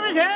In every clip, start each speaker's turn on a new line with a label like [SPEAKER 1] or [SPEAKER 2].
[SPEAKER 1] 20钱。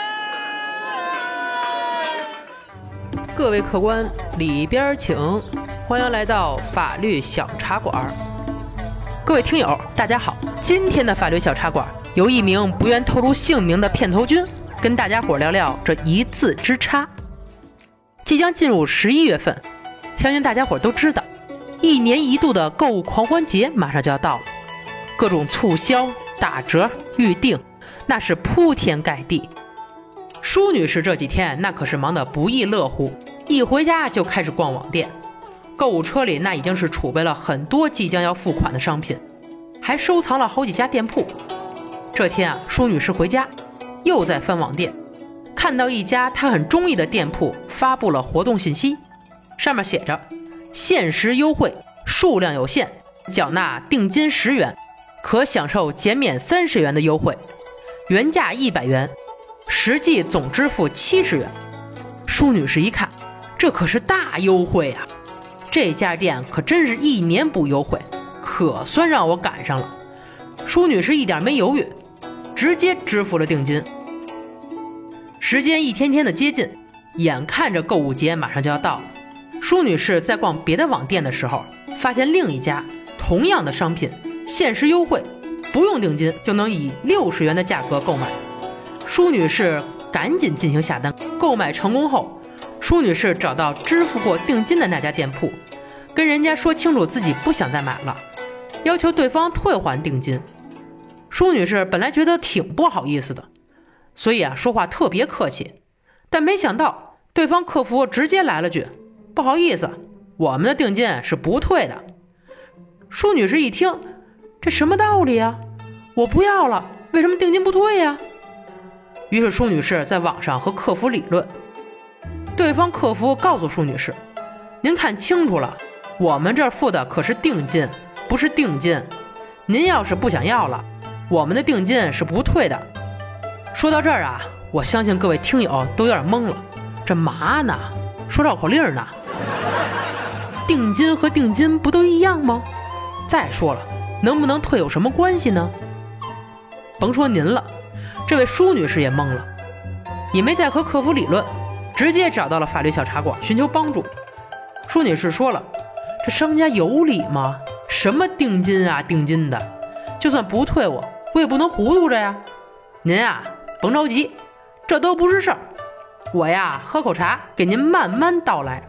[SPEAKER 2] 各位客官，里边请，欢迎来到法律小茶馆。各位听友，大家好，今天的法律小茶馆由一名不愿透露姓名的片头君跟大家伙聊聊这一字之差。即将进入11月份，相信大家伙都知道，一年一度的购物狂欢节马上就要到了，各种促销、打折、预定，那是铺天盖地。舒女士这几天那可是忙得不亦乐乎，一回家就开始逛网店，购物车里那已经是储备了很多即将要付款的商品，还收藏了好几家店铺。这天啊，舒女士回家又在翻网店，看到一家她很中意的店铺发布了活动信息，上面写着限时优惠，数量有限，缴纳定金10元可享受减免30元的优惠，原价100元，实际总支付70元。舒女士一看，这可是大优惠啊！这家店可真是1年不优惠，可算让我赶上了。舒女士一点没犹豫，直接支付了定金。时间一天天的接近，眼看着购物节马上就要到了，舒女士在逛别的网店的时候，发现另一家同样的商品限时优惠，不用定金就能以60元的价格购买。舒女士赶紧进行下单，购买成功后，舒女士找到支付过定金的那家店铺，跟人家说清楚自己不想再买了，要求对方退还定金。舒女士本来觉得挺不好意思的，所以说话特别客气，但没想到对方客服直接来了句：不好意思，我们的定金是不退的。舒女士一听，这什么道理啊？我不要了，为什么定金不退呀？于是舒女士在网上和客服理论，对方客服告诉舒女士，您看清楚了，我们这儿付的可是定金，不是定金，您要是不想要了，我们的定金是不退的。说到这儿啊，我相信各位听友都有点懵了，这嘛呢？说绕口令呢？定金和定金不都一样吗？再说了，能不能退有什么关系呢？甭说您了，这位舒女士也懵了，也没再和客服理论，直接找到了法律小茶馆寻求帮助。舒女士说了，这商家有理吗？什么定金啊定金的，就算不退我也不能糊涂着呀。您啊甭着急，这都不是事儿，我呀喝口茶给您慢慢道来。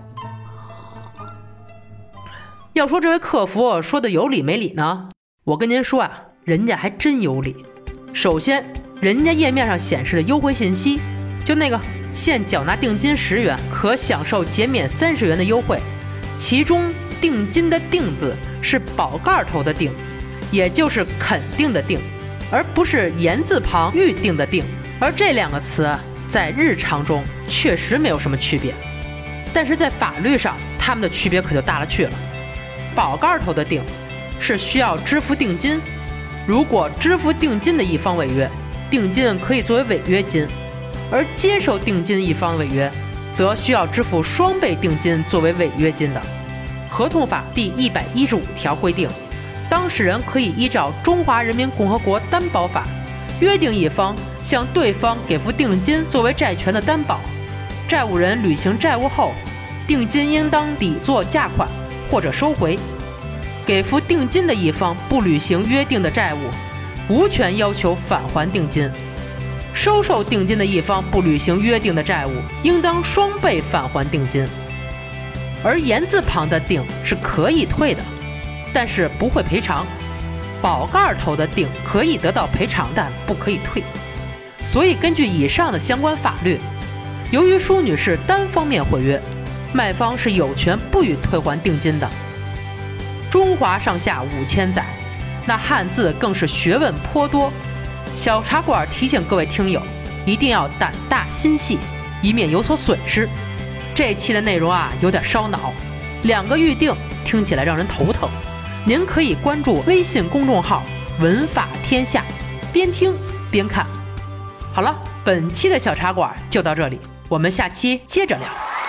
[SPEAKER 2] 要说这位客服说的有理没理呢，我跟您说啊，人家还真有理。首先，人家页面上显示的优惠信息，就那个现缴纳定金10元可享受减免30元的优惠，其中定金的定字是宝盖头的定，也就是肯定的定，而不是言字旁预定的定。而这两个词在日常中确实没有什么区别，但是在法律上它们的区别可就大了去了。宝盖头的定是需要支付定金，如果支付定金的一方违约，定金可以作为违约金，而接受定金一方违约，则需要支付双倍定金作为违约金的。合同法第115条规定，当事人可以依照中华人民共和国担保法，约定一方向对方给付定金作为债权的担保，债务人履行债务后，定金应当抵作价款或者收回。给付定金的一方不履行约定的债务，无权要求返还定金。收受定金的一方不履行约定的债务，应当双倍返还定金。而言字旁的定是可以退的，但是不会赔偿。宝盖头的定可以得到赔偿，但不可以退。所以根据以上的相关法律，由于舒女士单方面毁约，卖方是有权不予退还定金的。中华上下5000载，那汉字更是学问颇多。小茶馆提醒各位听友，一定要胆大心细，以免有所损失。这期的内容啊有点烧脑，2个预定听起来让人头疼。您可以关注微信公众号文法天下，边听边看。好了，本期的小茶馆就到这里，我们下期接着聊。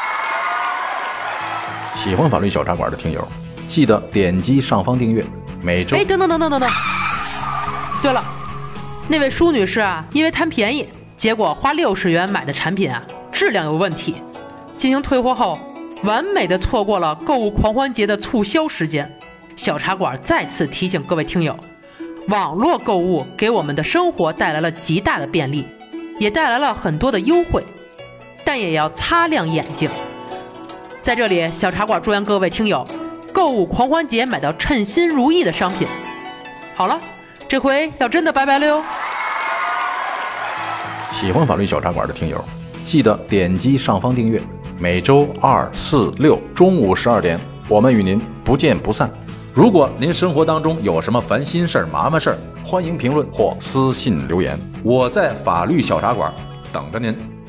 [SPEAKER 3] 喜欢法律小茶馆的听友，记得点击上方订阅，每周。
[SPEAKER 2] 等，对了，那位舒女士啊，因为贪便宜， 结果花60元买的产品质量有问题，进行退货后，完美的错过了购物狂欢节的促销时间。小茶馆再次提醒各位听友，网络购物给我们的生活带来了极大的便利，也带来了很多的优惠，但也要擦亮眼睛。在这里，小茶馆祝愿各位听友购物狂欢节买到称心如意的商品。好了，这回要真的拜拜了哟。
[SPEAKER 3] 喜欢法律小茶馆的听友，记得点击上方订阅。每周2、4、6中午12点，我们与您不见不散。如果您生活当中有什么烦心事儿、麻烦事儿，欢迎评论或私信留言，我在法律小茶馆等着您。